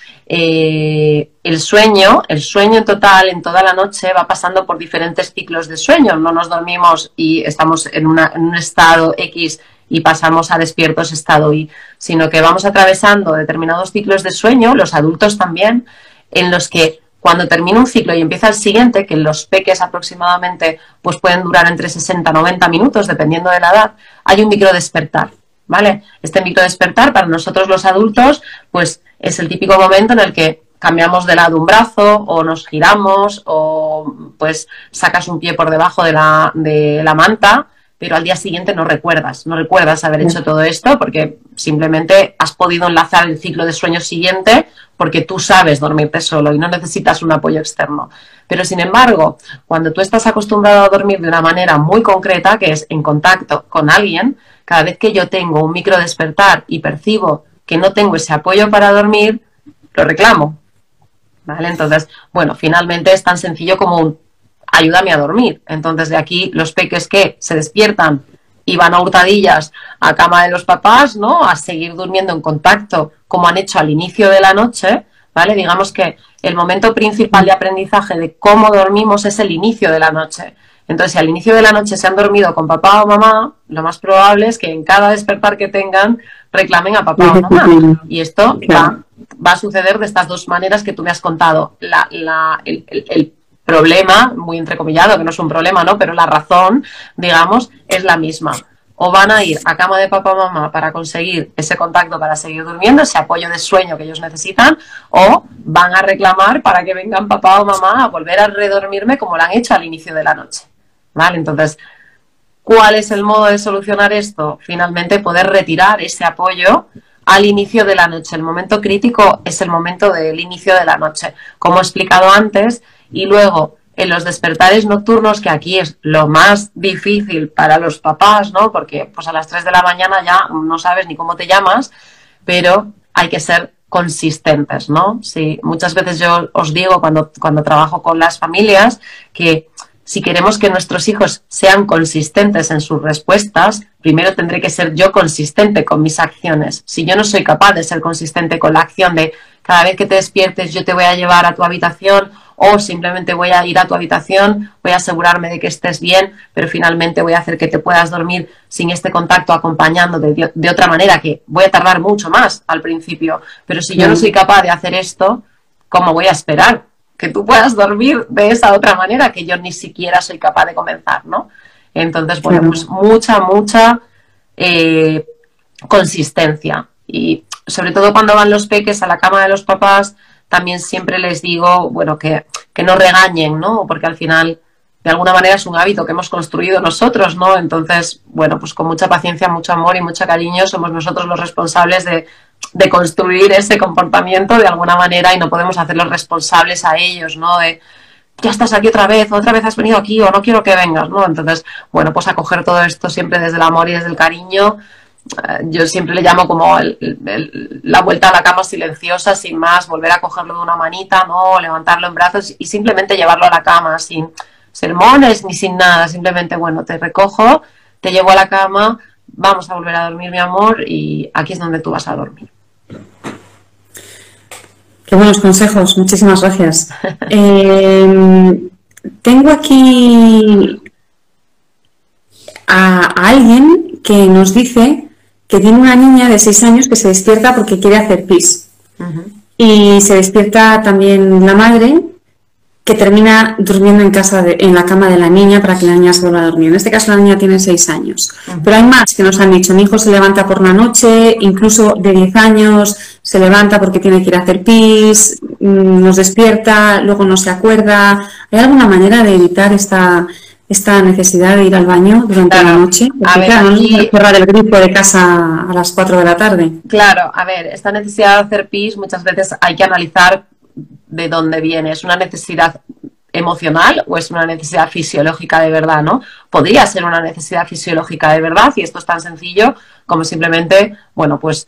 Speaker 3: eh, el sueño, el sueño en total, en toda la noche, va pasando por diferentes ciclos de sueño. No nos dormimos y estamos en, una, en un estado X y pasamos a despiertos estado Y, sino que vamos atravesando determinados ciclos de sueño, los adultos también, en los que cuando termina un ciclo y empieza el siguiente, que los peques aproximadamente pues pueden durar entre sesenta a noventa minutos, dependiendo de la edad, hay un microdespertar, ¿vale? Este microdespertar para nosotros los adultos pues es el típico momento en el que cambiamos de lado un brazo o nos giramos o pues sacas un pie por debajo de la, de la manta, pero al día siguiente no recuerdas, no recuerdas haber hecho todo esto porque simplemente has podido enlazar el ciclo de sueño siguiente porque tú sabes dormirte solo y no necesitas un apoyo externo. Pero sin embargo, cuando tú estás acostumbrado a dormir de una manera muy concreta, que es en contacto con alguien, cada vez que yo tengo un micro despertar y percibo que no tengo ese apoyo para dormir, lo reclamo, ¿vale? Entonces, bueno, finalmente es tan sencillo como un ayúdame a dormir. Entonces, de aquí los peques que se despiertan y van a hurtadillas a cama de los papás, ¿no?, a seguir durmiendo en contacto como han hecho al inicio de la noche, ¿vale? Digamos que el momento principal de aprendizaje de cómo dormimos es el inicio de la noche. Entonces, si al inicio de la noche se han dormido con papá o mamá, lo más probable es que en cada despertar que tengan reclamen a papá o mamá. Y esto va, va a suceder de estas dos maneras que tú me has contado. La, la, el, el, el problema, muy entrecomillado, que no es un problema, ¿no?, pero la razón, digamos, es la misma. O van a ir a cama de papá o mamá para conseguir ese contacto, para seguir durmiendo, ese apoyo de sueño que ellos necesitan, o van a reclamar para que vengan papá o mamá a volver a redormirme como lo han hecho al inicio de la noche, ¿vale? Entonces, ¿cuál es el modo de solucionar esto? Finalmente, poder retirar ese apoyo al inicio de la noche. El momento crítico es el momento del inicio de la noche, como he explicado antes, y luego en los despertares nocturnos, que aquí es lo más difícil para los papás, ¿no?, porque pues a las tres de la mañana ya no sabes ni cómo te llamas, pero hay que ser consistentes, ¿no? Sí, muchas veces yo os digo cuando, cuando trabajo con las familias que si queremos que nuestros hijos sean consistentes en sus respuestas, primero tendré que ser yo consistente con mis acciones. Si yo no soy capaz de ser consistente con la acción de cada vez que te despiertes yo te voy a llevar a tu habitación, o simplemente voy a ir a tu habitación, voy a asegurarme de que estés bien, pero finalmente voy a hacer que te puedas dormir sin este contacto acompañándote de, de otra manera, que voy a tardar mucho más al principio. Pero si yo no soy capaz de hacer esto, ¿cómo voy a esperar que tú puedas dormir de esa otra manera que yo ni siquiera soy capaz de comenzar, ¿no? Entonces, bueno, pues mucha, mucha eh, consistencia. Y sobre todo cuando van los peques a la cama de los papás, también siempre les digo, bueno, que, que no regañen, ¿no? Porque al final, de alguna manera, es un hábito que hemos construido nosotros, ¿no? Entonces, bueno, pues con mucha paciencia, mucho amor y mucho cariño somos nosotros los responsables de, de construir ese comportamiento de alguna manera y no podemos hacerlos responsables a ellos, ¿no? De, ya estás aquí otra vez, otra vez has venido aquí o no quiero que vengas, ¿no? Entonces, bueno, pues acoger todo esto siempre desde el amor y desde el cariño. Yo siempre le llamo como el, el, la vuelta a la cama silenciosa, sin más, volver a cogerlo de una manita, ¿no?, levantarlo en brazos y simplemente llevarlo a la cama, sin sermones ni sin nada, simplemente, bueno, te recojo, te llevo a la cama, vamos a volver a dormir, mi amor, y aquí es donde tú vas a dormir.
Speaker 2: Qué buenos consejos, muchísimas gracias. eh, tengo aquí a, a alguien que nos dice que tiene una niña de seis años que se despierta porque quiere hacer pis. Uh-huh. Y se despierta también la madre que termina durmiendo en casa de, en la cama de la niña para que la niña se vuelva a dormir. En este caso la niña tiene seis años. Pero hay más que nos han dicho. Mi hijo se levanta por la noche, incluso de diez años, se levanta porque tiene que ir a hacer pis, nos despierta, luego no se acuerda. ¿Hay alguna manera de evitar esta, esta necesidad de ir al baño durante claro. la noche? Porque, a ver, claro, aquí... no cerrar el grifo de casa a las cuatro de la tarde.
Speaker 3: Claro, a ver, esta necesidad de hacer pis muchas veces hay que analizar de dónde viene. ¿Es una necesidad emocional o es una necesidad fisiológica de verdad, ¿no? Podría ser una necesidad fisiológica de verdad y esto es tan sencillo como simplemente, bueno, pues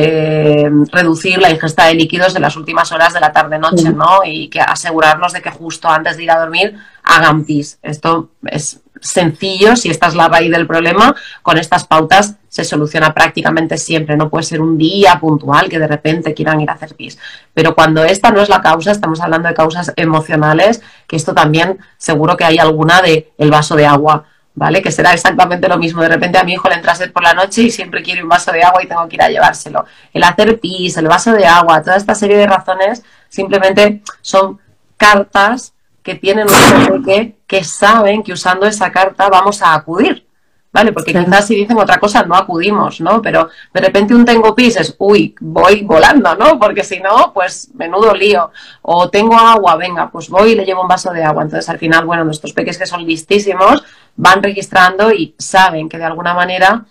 Speaker 3: eh, reducir la ingesta de líquidos en las últimas horas de la tarde-noche, ¿no? Y que asegurarnos de que justo antes de ir a dormir hagan pis. Esto es sencillo, si esta es la raíz del problema, con estas pautas se soluciona prácticamente siempre. No puede ser un día puntual que de repente quieran ir a hacer pis. Pero cuando esta no es la causa, estamos hablando de causas emocionales, que esto también seguro que hay alguna de el vaso de agua, ¿vale? Que será exactamente lo mismo. De repente a mi hijo le entra sed por la noche y siempre quiere un vaso de agua y tengo que ir a llevárselo. El hacer pis, el vaso de agua, toda esta serie de razones simplemente son cartas que tienen un peque que saben que usando esa carta vamos a acudir, ¿vale? Porque claro. quizás si dicen otra cosa no acudimos, ¿no? Pero de repente un tengo pis es, uy, voy volando, ¿no? Porque si no, pues menudo lío. O tengo agua, venga, pues voy y le llevo un vaso de agua. Entonces al final, bueno, nuestros peques que son listísimos van registrando y saben que de alguna manera,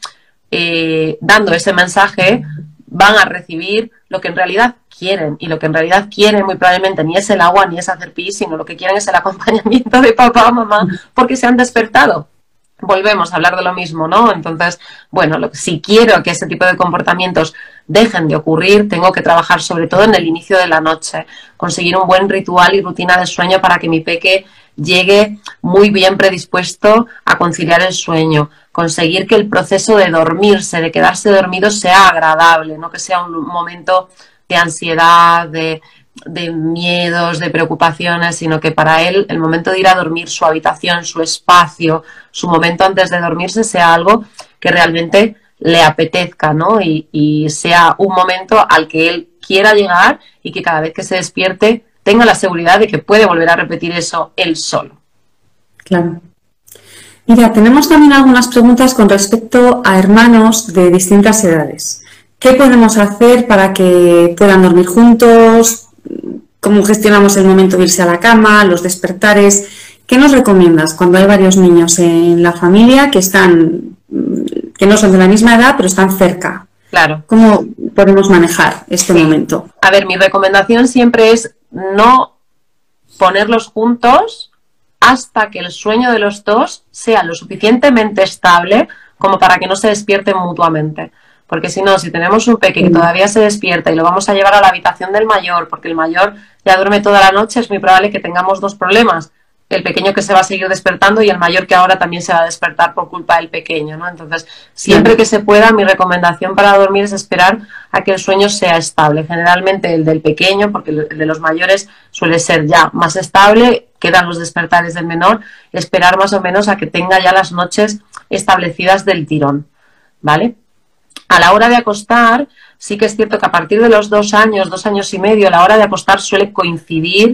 Speaker 3: eh, dando ese mensaje, van a recibir lo que en realidad quieren, y lo que en realidad quieren muy probablemente ni es el agua ni es hacer pis, sino lo que quieren es el acompañamiento de papá o mamá porque se han despertado. Volvemos a hablar de lo mismo, ¿no? Entonces, bueno, lo, si quiero que ese tipo de comportamientos dejen de ocurrir, tengo que trabajar sobre todo en el inicio de la noche, conseguir un buen ritual y rutina de sueño para que mi peque llegue muy bien predispuesto a conciliar el sueño, conseguir que el proceso de dormirse, de quedarse dormido sea agradable, no que sea un momento de ansiedad, de, de miedos, de preocupaciones, sino que para él el momento de ir a dormir, su habitación, su espacio, su momento antes de dormirse sea algo que realmente le apetezca, ¿no? Y, y sea un momento al que él quiera llegar y que cada vez que se despierte tenga la seguridad de que puede volver a repetir eso él solo.
Speaker 2: Claro. Mira, tenemos también algunas preguntas con respecto a hermanos de distintas edades. ¿Qué podemos hacer para que puedan dormir juntos? ¿Cómo gestionamos el momento de irse a la cama, los despertares? ¿Qué nos recomiendas cuando hay varios niños en la familia que están, que no son de la misma edad, pero están cerca?
Speaker 3: Claro.
Speaker 2: ¿Cómo podemos manejar este
Speaker 3: sí.
Speaker 2: momento?
Speaker 3: A ver, mi recomendación siempre es no ponerlos juntos hasta que el sueño de los dos sea lo suficientemente estable como para que no se despierten mutuamente. Porque si no, si tenemos un peque que todavía se despierta y lo vamos a llevar a la habitación del mayor, porque el mayor ya duerme toda la noche, es muy probable que tengamos dos problemas. El pequeño que se va a seguir despertando y el mayor que ahora también se va a despertar por culpa del pequeño, ¿no? Entonces, siempre que se pueda, mi recomendación para dormir es esperar a que el sueño sea estable. Generalmente el del pequeño, porque el de los mayores suele ser ya más estable, quedan los despertares del menor, esperar más o menos a que tenga ya las noches establecidas del tirón, ¿vale? A la hora de acostar, sí que es cierto que a partir de los dos años, dos años y medio, la hora de acostar suele coincidir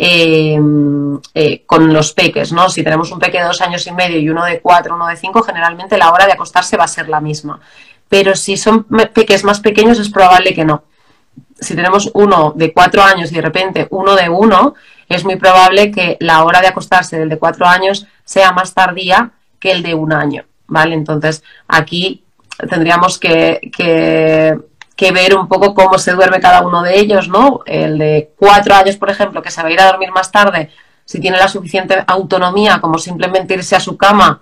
Speaker 3: eh, eh, con los peques, ¿no? Si tenemos un peque de dos años y medio y uno de cuatro, uno de cinco, generalmente la hora de acostarse va a ser la misma. Pero si son peques más pequeños es probable que no. Si tenemos uno de cuatro años y de repente uno de uno, es muy probable que la hora de acostarse del de cuatro años sea más tardía que el de un año, ¿vale? Entonces, aquí tendríamos que, que, que ver un poco cómo se duerme cada uno de ellos, ¿no? El de cuatro años, por ejemplo, que se va a ir a dormir más tarde, si tiene la suficiente autonomía como simplemente irse a su cama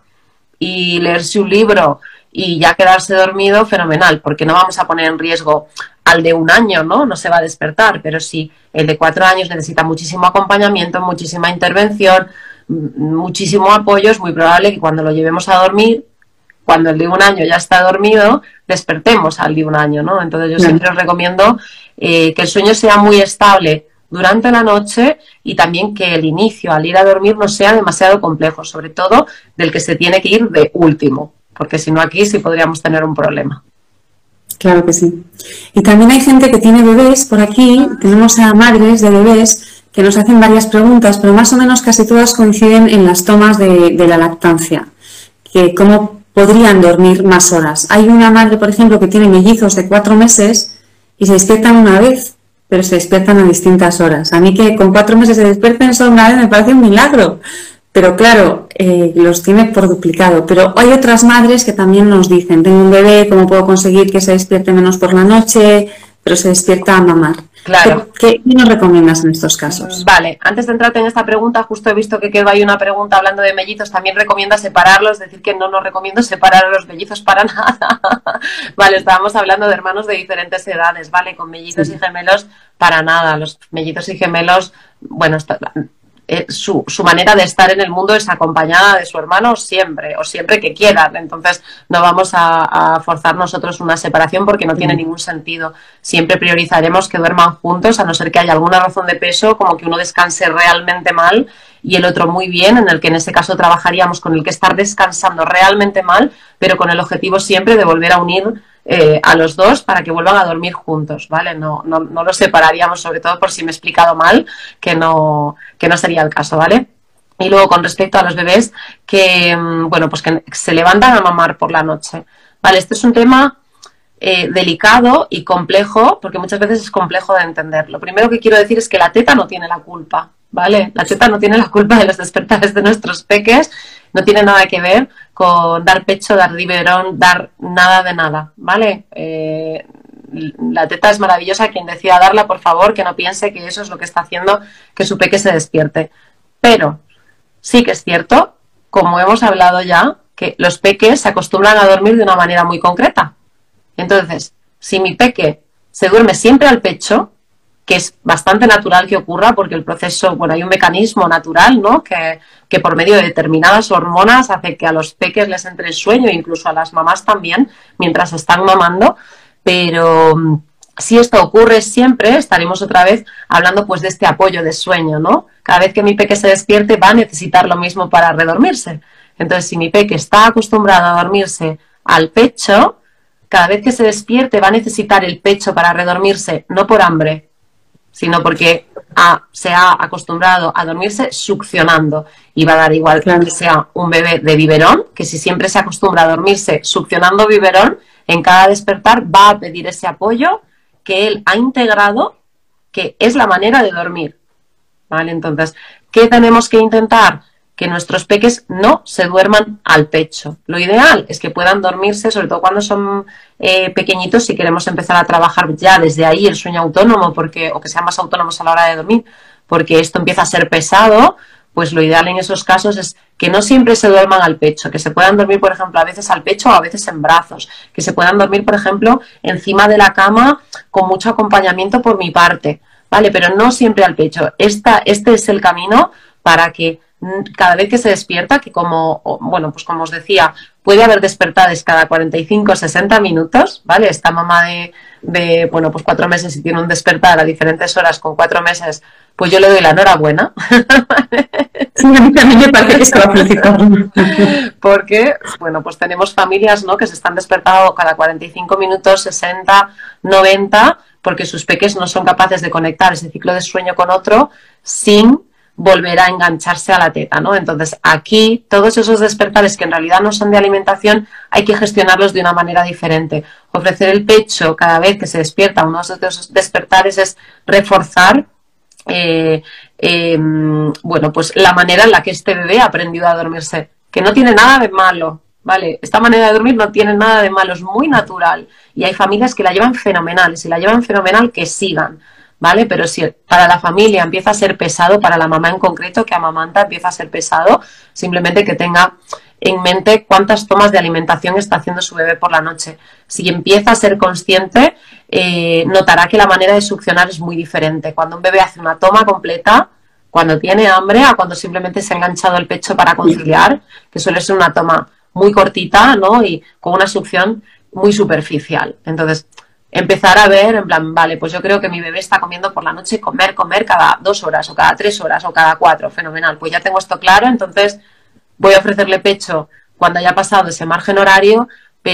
Speaker 3: y leerse un libro y ya quedarse dormido, fenomenal, porque no vamos a poner en riesgo al de un año, ¿no? No se va a despertar, pero si el de cuatro años necesita muchísimo acompañamiento, muchísima intervención, muchísimo apoyo, es muy probable que cuando lo llevemos a dormir, cuando el de un año ya está dormido, despertemos al de un año, ¿no? Entonces yo siempre os recomiendo eh, que el sueño sea muy estable durante la noche y también que el inicio al ir a dormir no sea demasiado complejo, sobre todo del que se tiene que ir de último, porque si no aquí sí podríamos tener un problema.
Speaker 2: Claro que sí. Y también hay gente que tiene bebés por aquí, tenemos a madres de bebés que nos hacen varias preguntas, pero más o menos casi todas coinciden en las tomas de, de la lactancia, que cómo podrían dormir más horas. Hay una madre, por ejemplo, que tiene mellizos de cuatro meses y se despiertan una vez, pero se despiertan a distintas horas. A mí que con cuatro meses se despierten solo una vez me parece un milagro, pero claro, eh, los tiene por duplicado. Pero hay otras madres que también nos dicen, tengo un bebé, ¿cómo puedo conseguir que se despierte menos por la noche, pero se despierta a mamar?
Speaker 3: Claro.
Speaker 2: ¿Qué, qué nos recomiendas en estos casos?
Speaker 3: Vale, antes de entrarte en esta pregunta, justo he visto que quedó ahí una pregunta hablando de mellizos, también recomienda separarlos, decir que no nos recomiendo separar a los mellizos para nada. Vale, estábamos hablando de hermanos de diferentes edades, ¿vale? Con mellizos sí. y gemelos, para nada. Los mellizos y gemelos, bueno, está, eh, su, su manera de estar en el mundo es acompañada de su hermano siempre, o siempre que quieran. Entonces no vamos a, a forzar nosotros una separación porque no tiene mm. ningún sentido. Siempre priorizaremos que duerman juntos, a no ser que haya alguna razón de peso, como que uno descanse realmente mal y el otro muy bien, en el que en ese caso trabajaríamos con el que estar descansando realmente mal, pero con el objetivo siempre de volver a unir Eh, a los dos para que vuelvan a dormir juntos, ¿vale? No, no, no los separaríamos, sobre todo por si me he explicado mal, que no, que no sería el caso, ¿vale? Y luego con respecto a los bebés que, bueno, pues que se levantan a mamar por la noche, ¿vale? Este es un tema eh, delicado y complejo, porque muchas veces es complejo de entender. Lo primero que quiero decir es que la teta no tiene la culpa, ¿vale? La teta no tiene la culpa de los despertares de nuestros peques, no tiene nada que ver con dar pecho, dar biberón, dar nada de nada, ¿vale? Eh, la teta es maravillosa, quien decida darla, por favor, que no piense que eso es lo que está haciendo que su peque se despierte. Pero sí que es cierto, como hemos hablado ya, que los peques se acostumbran a dormir de una manera muy concreta. Entonces, si mi peque se duerme siempre al pecho, que es bastante natural que ocurra porque el proceso, bueno, hay un mecanismo natural, ¿no? Que, que por medio de determinadas hormonas hace que a los peques les entre el sueño, incluso a las mamás también, mientras están mamando, pero si esto ocurre siempre, estaremos otra vez hablando pues de este apoyo de sueño, ¿no? Cada vez que mi peque se despierte va a necesitar lo mismo para redormirse. Entonces, si mi peque está acostumbrado a dormirse al pecho, cada vez que se despierte va a necesitar el pecho para redormirse, no por hambre, sino porque ha, se ha acostumbrado a dormirse succionando. Y va a dar igual claro. que sea un bebé de biberón, que si siempre se acostumbra a dormirse succionando biberón, en cada despertar va a pedir ese apoyo que él ha integrado, que es la manera de dormir, ¿vale? Entonces, ¿qué tenemos que intentar? Que nuestros peques no se duerman al pecho. Lo ideal es que puedan dormirse, sobre todo cuando son eh, pequeñitos, si queremos empezar a trabajar ya desde ahí el sueño autónomo, porque o que sean más autónomos a la hora de dormir, porque esto empieza a ser pesado, pues lo ideal en esos casos es que no siempre se duerman al pecho, que se puedan dormir, por ejemplo, a veces al pecho o a veces en brazos, que se puedan dormir, por ejemplo, encima de la cama con mucho acompañamiento por mi parte, ¿vale? Pero no siempre al pecho. Esta, este es el camino para que cada vez que se despierta, que como, bueno, pues como os decía, puede haber despertares cada cuarenta y cinco a sesenta minutos, ¿vale? Esta mamá de, de, bueno, pues cuatro meses y tiene un despertar a diferentes horas con cuatro meses, pues yo le doy la enhorabuena.
Speaker 2: Sí, a mí también me parece que se va a felicitar.
Speaker 3: Porque, bueno, pues tenemos familias, ¿no?, que se están despertando cada cuarenta y cinco minutos, sesenta, noventa, porque sus peques no son capaces de conectar ese ciclo de sueño con otro sin volver a engancharse a la teta, ¿no? Entonces, aquí, todos esos despertares que en realidad no son de alimentación, hay que gestionarlos de una manera diferente. Ofrecer el pecho cada vez que se despierta, uno de esos despertares es reforzar eh, eh, bueno, pues la manera en la que este bebé ha aprendido a dormirse, que no tiene nada de malo, ¿vale? Esta manera de dormir no tiene nada de malo, es muy natural, y hay familias que la llevan fenomenal, y si la llevan fenomenal, que sigan, ¿vale? Pero si para la familia empieza a ser pesado, para la mamá en concreto que amamanta empieza a ser pesado, simplemente que tenga en mente cuántas tomas de alimentación está haciendo su bebé por la noche. Si empieza a ser consciente, eh, notará que la manera de succionar es muy diferente. Cuando un bebé hace una toma completa, cuando tiene hambre, a cuando simplemente se ha enganchado el pecho para conciliar, que suele ser una toma muy cortita, ¿no?, y con una succión muy superficial. Entonces, empezar a ver, en plan, vale, pues yo creo que mi bebé está comiendo por la noche, comer, comer cada dos horas, o cada tres horas, o cada cuatro, fenomenal, pues ya tengo esto claro, entonces voy a ofrecerle pecho cuando haya pasado ese margen horario, pero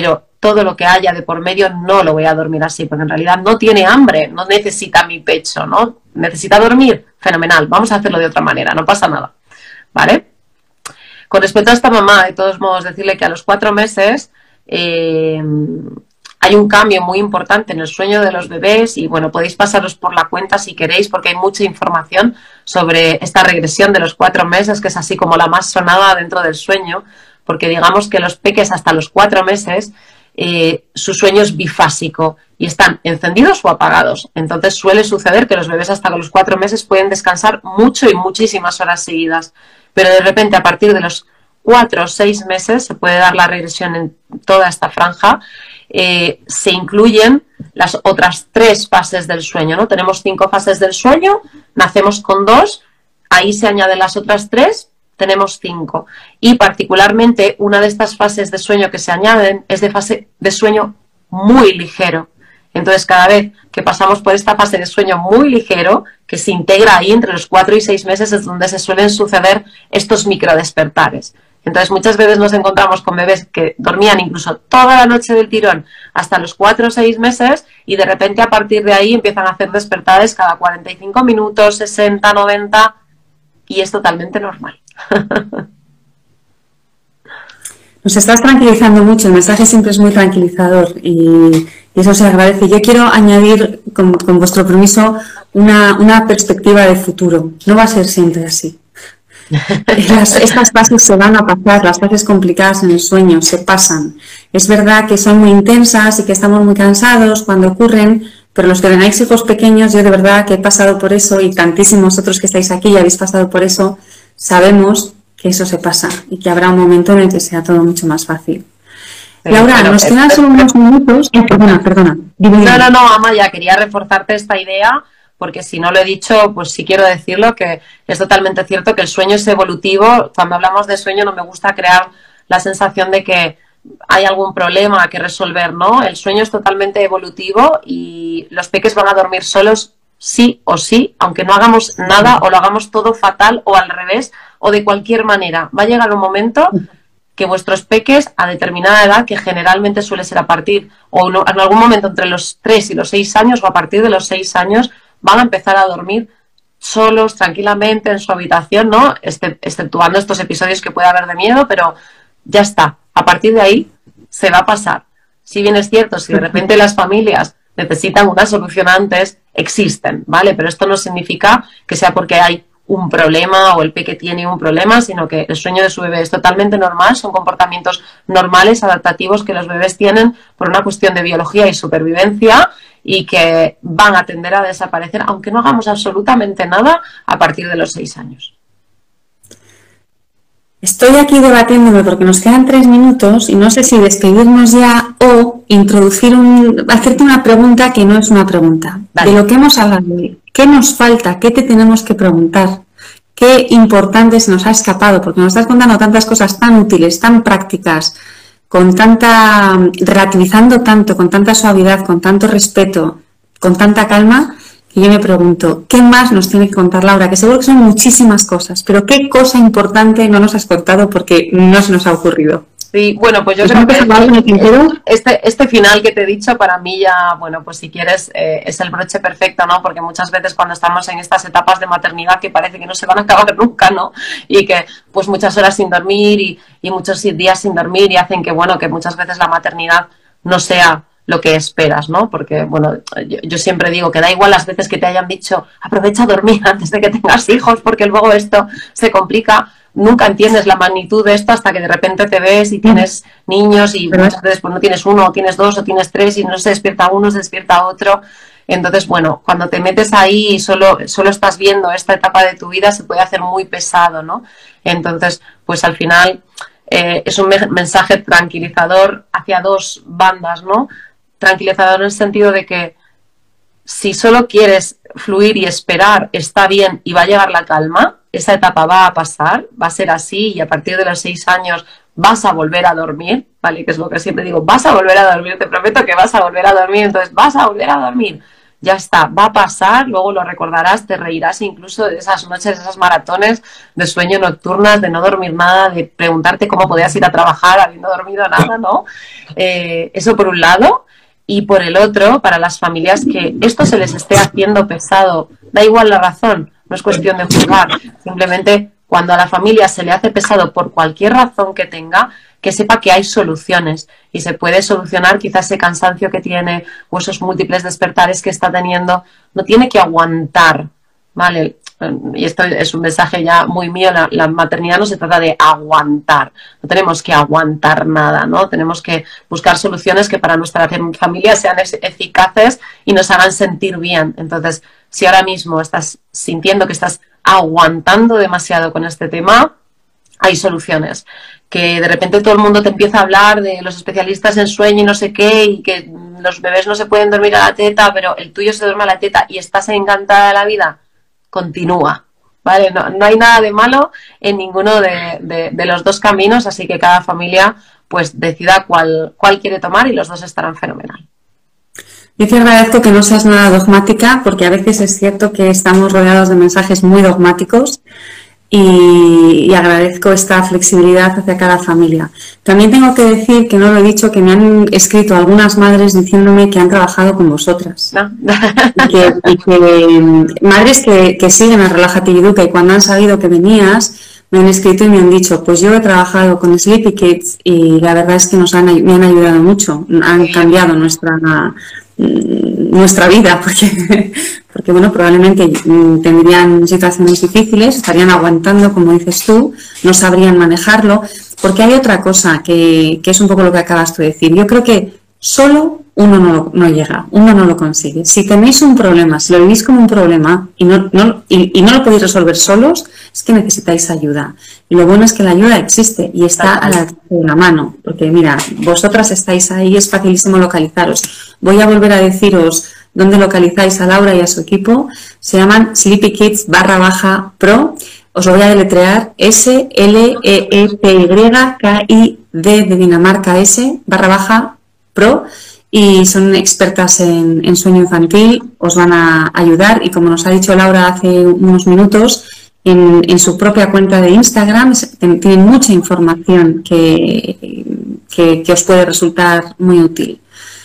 Speaker 3: todo lo que haya de por medio no lo voy a dormir así, porque en realidad no tiene hambre, no necesita mi pecho, ¿no? Necesita dormir, fenomenal, vamos a hacerlo de otra manera, no pasa nada, ¿vale? Con respecto a esta mamá, de todos modos, decirle que a los cuatro meses eh, hay un cambio muy importante en el sueño de los bebés y, bueno, podéis pasaros por la cuenta si queréis, porque hay mucha información sobre esta regresión de los cuatro meses, que es así como la más sonada dentro del sueño, porque digamos que los peques hasta los cuatro meses Eh, su sueño es bifásico y están encendidos o apagados. Entonces suele suceder que los bebés hasta los cuatro meses pueden descansar mucho y muchísimas horas seguidas, pero de repente a partir de los cuatro o seis meses se puede dar la regresión en toda esta franja. Eh, se incluyen las otras tres fases del sueño, ¿no? Tenemos cinco fases del sueño, nacemos con dos, ahí se añaden las otras tres, tenemos cinco. Y particularmente una de estas fases de sueño que se añaden es de fase de sueño muy ligero. Entonces cada vez que pasamos por esta fase de sueño muy ligero, que se integra ahí entre los cuatro y seis meses, es donde se suelen suceder estos microdespertares. Entonces muchas veces nos encontramos con bebés que dormían incluso toda la noche del tirón hasta los cuatro o seis meses y de repente a partir de ahí empiezan a hacer despertares cada cuarenta y cinco minutos, sesenta, noventa, y es totalmente normal.
Speaker 2: Nos estás tranquilizando mucho, el mensaje siempre es muy tranquilizador y, y eso se agradece. Yo quiero añadir, con, con vuestro permiso, una, una perspectiva de futuro. No va a ser siempre así. Las, estas fases se van a pasar, las fases complicadas en el sueño se pasan. Es verdad que son muy intensas y que estamos muy cansados cuando ocurren, pero los que tenéis hijos pequeños, yo de verdad que he pasado por eso y tantísimos otros que estáis aquí y habéis pasado por eso, sabemos que eso se pasa y que habrá un momento en el que sea todo mucho más fácil. Sí, Laura, bueno, nos quedan solo unos minutos. Eh, perdona, perdona. Dime,
Speaker 3: no, no, no, Amaya, quería reforzarte esta idea porque si no lo he dicho, pues sí quiero decirlo, que es totalmente cierto que el sueño es evolutivo. Cuando hablamos de sueño no me gusta crear la sensación de que hay algún problema que resolver, ¿no? El sueño es totalmente evolutivo y los peques van a dormir solos sí o sí, aunque no hagamos nada o lo hagamos todo fatal o al revés o de cualquier manera. Va a llegar un momento que vuestros peques a determinada edad, que generalmente suele ser a partir, o no, en algún momento entre los tres y los seis años o a partir de los seis años, van a empezar a dormir solos, tranquilamente, en su habitación, ¿no? Exceptuando estos episodios que puede haber de miedo, pero ya está. A partir de ahí se va a pasar. Si bien es cierto, si de repente las familias necesitan una solución antes, existen, ¿vale? Pero esto no significa que sea porque hay un problema o el peque tiene un problema, sino que el sueño de su bebé es totalmente normal, son comportamientos normales, adaptativos que los bebés tienen por una cuestión de biología y supervivencia y que van a tender a desaparecer, aunque no hagamos absolutamente nada a partir de los seis años.
Speaker 2: Estoy aquí debatiéndome porque nos quedan tres minutos y no sé si despedirnos ya o introducir un, hacerte una pregunta que no es una pregunta. Vale. De lo que hemos hablado hoy. ¿Qué nos falta? ¿Qué te tenemos que preguntar? ¿Qué importante se nos ha escapado? Porque nos estás contando tantas cosas tan útiles, tan prácticas, con tanta, relativizando tanto, con tanta suavidad, con tanto respeto, con tanta calma. Y yo me pregunto, ¿qué más nos tiene que contar Laura? Que seguro que son muchísimas cosas, pero ¿qué cosa importante no nos has contado porque no se nos ha ocurrido?
Speaker 3: Sí, bueno, pues yo creo que este, este final que te he dicho para mí ya, bueno, pues si quieres eh, es el broche perfecto, ¿no? Porque muchas veces cuando estamos en estas etapas de maternidad que parece que no se van a acabar nunca, ¿no? Y que pues muchas horas sin dormir y, y muchos días sin dormir y hacen que, bueno, que muchas veces la maternidad no sea lo que esperas, ¿no? Porque, bueno, yo, yo siempre digo que da igual las veces que te hayan dicho aprovecha a dormir antes de que tengas hijos porque luego esto se complica. Nunca entiendes la magnitud de esto hasta que de repente te ves y tienes niños y muchas veces pues no tienes uno, o tienes dos, o tienes tres y no se despierta uno, se despierta otro. Entonces, bueno, cuando te metes ahí y solo, solo estás viendo esta etapa de tu vida se puede hacer muy pesado, ¿no? Entonces, pues al final eh, es un mensaje tranquilizador hacia dos bandas, ¿no? Tranquilizador en el sentido de que si solo quieres fluir y esperar, está bien y va a llegar la calma, esa etapa va a pasar, va a ser así y a partir de los seis años vas a volver a dormir, ¿vale? Que es lo que siempre digo, vas a volver a dormir, te prometo que vas a volver a dormir, entonces vas a volver a dormir. ya está, va a pasar, luego lo recordarás, te reirás incluso de esas noches, esas maratones de sueño nocturnas, de no dormir nada, de preguntarte cómo podías ir a trabajar habiendo dormido nada, ¿no? Eh, eso por un lado. Y por el otro, para las familias que esto se les esté haciendo pesado, da igual la razón, no es cuestión de juzgar, simplemente cuando a la familia se le hace pesado por cualquier razón que tenga, que sepa que hay soluciones y se puede solucionar quizás ese cansancio que tiene o esos múltiples despertares que está teniendo, no tiene que aguantar, ¿vale? Y esto es un mensaje ya muy mío, la, la maternidad no se trata de aguantar, no tenemos que aguantar nada, ¿no? Tenemos que buscar soluciones que para nuestra familia sean eficaces y nos hagan sentir bien. Entonces, si ahora mismo estás sintiendo que estás aguantando demasiado con este tema, hay soluciones. Que de repente todo el mundo te empieza a hablar de los especialistas en sueño y no sé qué, y que los bebés no se pueden dormir a la teta, pero el tuyo se duerme a la teta y estás encantada de la vida, continúa, ¿vale? No, no hay nada de malo en ninguno de, de, de los dos caminos, así que cada familia pues decida cuál, cuál quiere tomar y los dos estarán fenomenal.
Speaker 2: Yo te agradezco que no seas nada dogmática, porque a veces es cierto que estamos rodeados de mensajes muy dogmáticos y, y agradezco esta flexibilidad hacia cada familia. También tengo que decir, que no lo he dicho, que me han escrito algunas madres diciéndome que han trabajado con vosotras.
Speaker 3: ¿No?
Speaker 2: Y que, y que madres que, que siguen a Relájate y Educa, y cuando han sabido que venías, me han escrito y me han dicho, pues yo he trabajado con Sleepy Kids y la verdad es que nos han, me han ayudado mucho, han cambiado nuestra... nuestra vida, porque, porque bueno, probablemente tendrían situaciones difíciles, estarían aguantando, como dices tú, no sabrían manejarlo, porque hay otra cosa que, que es un poco lo que acabas tú de decir. Yo creo que solo uno no, no llega, uno no lo consigue. Si tenéis un problema, si lo vivís como un problema y no, no, y, y no lo podéis resolver solos, es que necesitáis ayuda. Y lo bueno es que la ayuda existe y está a la, de la mano, porque mira, vosotras estáis ahí, es facilísimo localizaros. Voy a volver a deciros dónde localizáis a Laura y a su equipo. Se llaman Sleepy Kids barra baja pro. Os lo voy a deletrear: S L E E P Y K I D de Dinamarca S barra baja pro. Y son expertas en, en sueño infantil, os van a ayudar y, como nos ha dicho Laura hace unos minutos, en, en su propia cuenta de Instagram tienen mucha información que, que, que os puede resultar muy útil.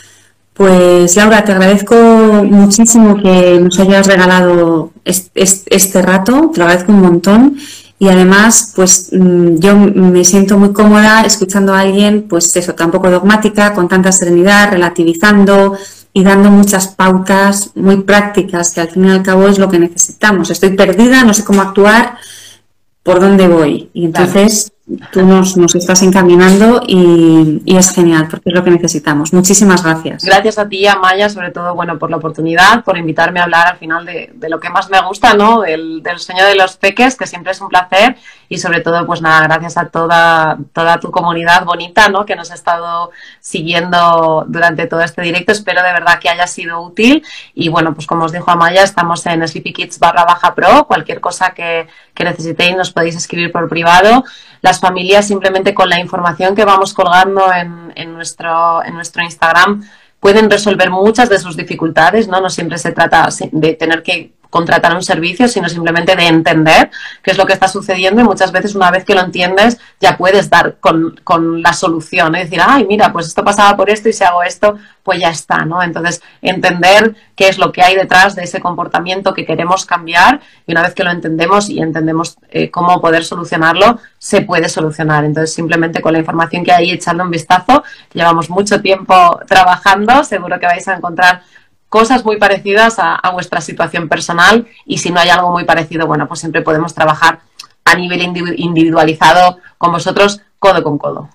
Speaker 2: Pues Laura, te agradezco muchísimo que nos hayas regalado este, este, este rato, te lo agradezco un montón. Y además, pues yo me siento muy cómoda escuchando a alguien, pues eso, tampoco dogmática, con tanta serenidad, relativizando y dando muchas pautas muy prácticas, que al fin y al cabo es lo que necesitamos. Estoy perdida, no sé cómo actuar, por dónde voy. Y entonces tú nos, nos estás encaminando y, y es genial, porque es lo que necesitamos. Muchísimas gracias.
Speaker 3: Gracias a ti, Amaya, sobre todo, bueno, por la oportunidad, por invitarme a hablar al final de, de lo que más me gusta, ¿no? Del, del sueño de los peques, que siempre es un placer, y sobre todo, pues nada, gracias a toda, toda tu comunidad bonita, ¿no? Que nos ha estado siguiendo durante todo este directo. Espero de verdad que haya sido útil y, bueno, pues como os dijo Amaya, estamos en Sleepy Kids barra baja pro. Cualquier cosa que, que necesitéis nos podéis escribir por privado. Las familias, simplemente con la información que vamos colgando en, en, nuestro, en nuestro Instagram, pueden resolver muchas de sus dificultades, ¿no? No siempre se trata de tener que contratar un servicio, sino simplemente de entender qué es lo que está sucediendo, y muchas veces una vez que lo entiendes ya puedes dar con, con la solución, es decir, ay, mira, pues esto pasaba por esto y si hago esto, pues ya está, ¿no? Entonces, entender qué es lo que hay detrás de ese comportamiento que queremos cambiar, y una vez que lo entendemos y entendemos eh, cómo poder solucionarlo, se puede solucionar. Entonces, simplemente con la información que hay, echando un vistazo, llevamos mucho tiempo trabajando, seguro que vais a encontrar cosas muy parecidas a, a vuestra situación personal, y si no hay algo muy parecido, bueno, pues siempre podemos trabajar a nivel individualizado con vosotros, codo con codo.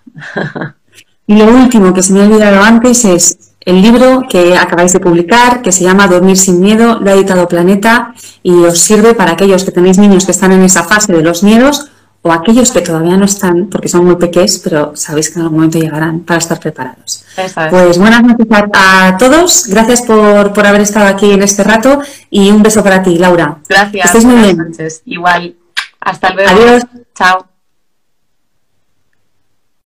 Speaker 2: Y lo último que se me ha olvidado antes es el libro que acabáis de publicar, que se llama Dormir sin miedo, lo ha editado Planeta, y os sirve para aquellos que tenéis niños que están en esa fase de los miedos, o aquellos que todavía no están, porque son muy pequeños, pero sabéis que en algún momento llegarán, para estar preparados. Pues buenas noches a, a todos, gracias por, por haber estado aquí en este rato, y un beso para ti, Laura.
Speaker 3: Gracias.
Speaker 2: Que estés muy bien.
Speaker 3: Noches. Igual. Hasta luego.
Speaker 2: Adiós.
Speaker 3: Chao.